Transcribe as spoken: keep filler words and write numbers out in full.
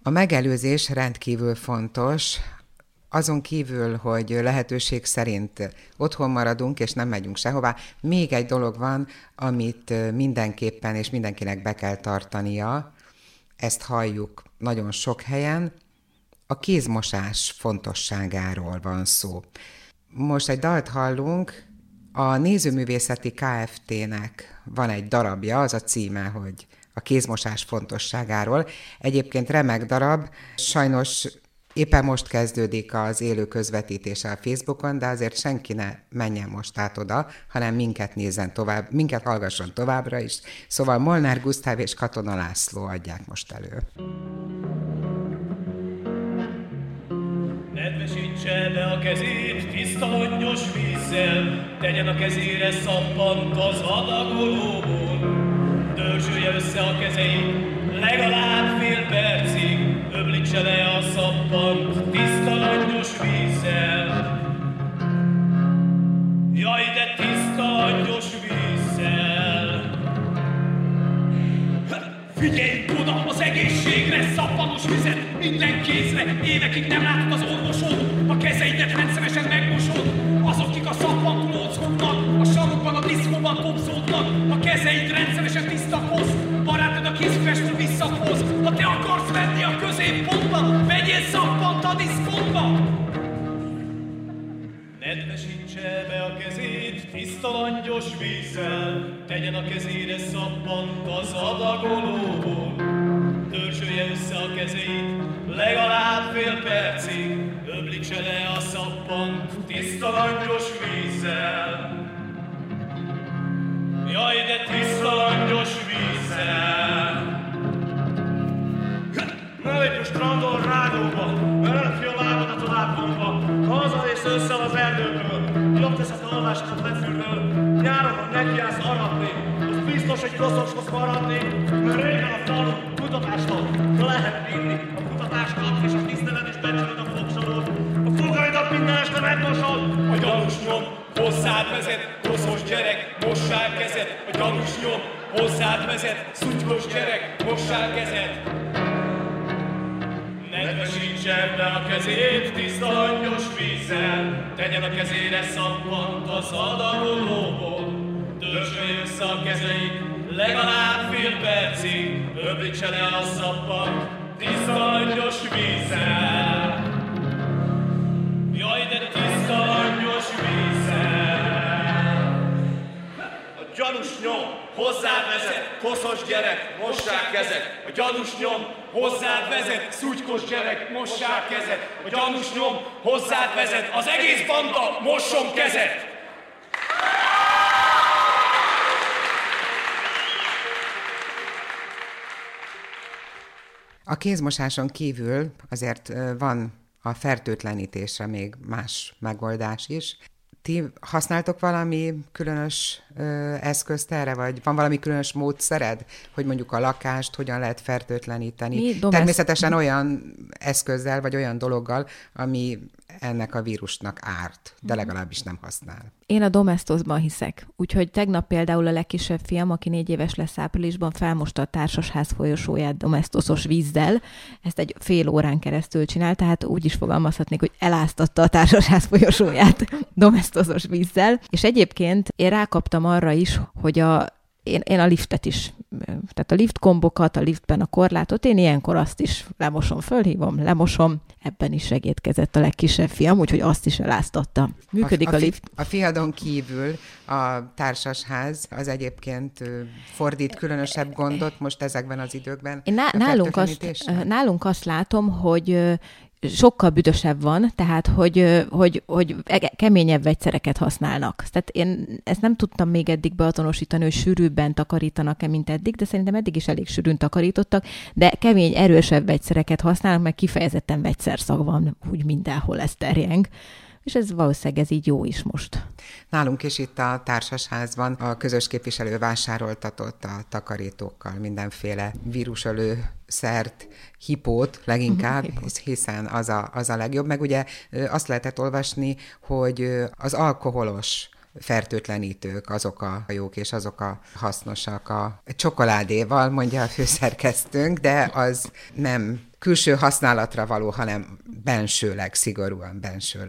A megelőzés rendkívül fontos, azon kívül, hogy lehetőség szerint otthon maradunk, és nem megyünk sehová, még egy dolog van, amit mindenképpen és mindenkinek be kell tartania, ezt halljuk nagyon sok helyen, a kézmosás fontosságáról van szó. Most egy dalt hallunk, a Nézőművészeti Kft-nek van egy darabja, az a címe, hogy a kézmosás fontosságáról. Egyébként remek darab, sajnos éppen most kezdődik az élő közvetítése a Facebookon, de azért senki ne menjen most át oda, hanem minket nézzen tovább, minket hallgasson továbbra is. Szóval Molnár Gusztáv és Katona László adják most elő. Nedvesítse be a kezét tiszta langyos vízzel, tegyen a kezére szappant az adagolóból. Dörzsölje össze a kezeit legalább fél percig, öblítse le a szappant tiszta langyos vízzel. Jaj, de tiszta langyos vízzel! Figyelj oda az egészségre, szappanos vizet minden kézre, évekig nem látod az orvosod, a kezeidet rendszeresen megmosod, azok, kik a szappantól óckodnak, a sarokban, a diszkóban popzódnak, a kezeid rendszeresen tisztahoz, barátod a kézfestő visszahoz, ha te akarsz venni a középpontba, vegyél szappant a diszkontba! Nedvesítse be a kezét tiszta langyos vízzel, tegyen a kezére szappant az adagolóból. Dörzsölje össze a kezeit legalább fél percig, öblítse le a szappant tiszta langyos vízzel. Jaj, de tiszta langyos vízzel! Ne lépj a strandon rágóba, mert ki a lábadat a lábomba, hazaész ősszel az erdőből, jobb teszed alvásnak lefürdől, nyáron, ha nekiállsz aratni, az biztos, hogy koszoshoz maradni, mert régen a falu kutatásnak, de lehet vinni a kutatásnak, és a tiszteled is becsülöd a fogsorod, a fogaidat minden este megmosod, a gyanús nyom hozzád vezet, koszos gyerek, mossál kezed, a gyanús nyom hozzád vezet, szutykos gyerek, mossál kezed. Nedvesítse be a kezét tiszta langyos vízzel, tegyen a kezére szappant az adagolóból. Dörzsölje össze a kezeit legalább fél percig, öblítse le a szappant tiszta langyos vízzel. Jaj, de tiszta langyos vízzel! A gyanús nyom hozzád vezet, koszos gyerek, mossák kezed. A gyanús nyom hozzád vezet, szutykos gyerek, mossák kezed. A gyanús nyom hozzád vezet, az egész banda mosson kezet! A kézmosáson kívül azért van a fertőtlenítésre még más megoldás is. Ti használtok valami különös ö, eszközt erre, vagy van valami különös módszered, hogy mondjuk a lakást hogyan lehet fertőtleníteni? Természetesen olyan eszközzel, vagy olyan dologgal, ami ennek a vírusnak árt, de legalábbis nem használ. Én a Domestosban hiszek. Úgyhogy tegnap például a legkisebb fiam, aki négy éves lesz áprilisban, felmosta a társasház folyosóját Domestosos vízzel. Ezt egy fél órán keresztül csinál, tehát úgy is fogalmazhatnék, hogy eláztatta a társasház folyosóját Domestosos vízzel. És egyébként én rákaptam arra is, hogy a Én, én a liftet is, tehát a liftkombokat, a liftben a korlátot, én ilyenkor azt is lemosom, fölhívom, lemosom, ebben is segítkezett a legkisebb fiam, úgyhogy azt is eláztatta. Működik a, a, a lift. A fiadon kívül a társasház az egyébként fordít különösebb gondot most ezekben az időkben? Én ná, nálunk, azt, nálunk azt látom, hogy sokkal büdösebb van, tehát hogy, hogy, hogy keményebb vegyszereket használnak. Tehát én ezt nem tudtam még eddig beazonosítani, hogy sűrűbben takarítanak-e, mint eddig, de szerintem eddig is elég sűrűn takarítottak, de kemény, erősebb vegyszereket használnak, meg kifejezetten vegyszerszag van, úgy mindenhol ez terjeng. És ez valószínűleg ez így jó is most. Nálunk is itt a társasházban a közös képviselő vásároltatott a takarítókkal mindenféle vírusölő szert, hipót leginkább, uh-huh, hipót. Hiszen az a, az a legjobb. Meg ugye azt lehetett olvasni, hogy az alkoholos fertőtlenítők, azok a jók és azok a hasznosak a csokoládéval, mondja a főszerkesztőnk, de az nem külső használatra való, hanem bensőleg, szigorúan bensőleg.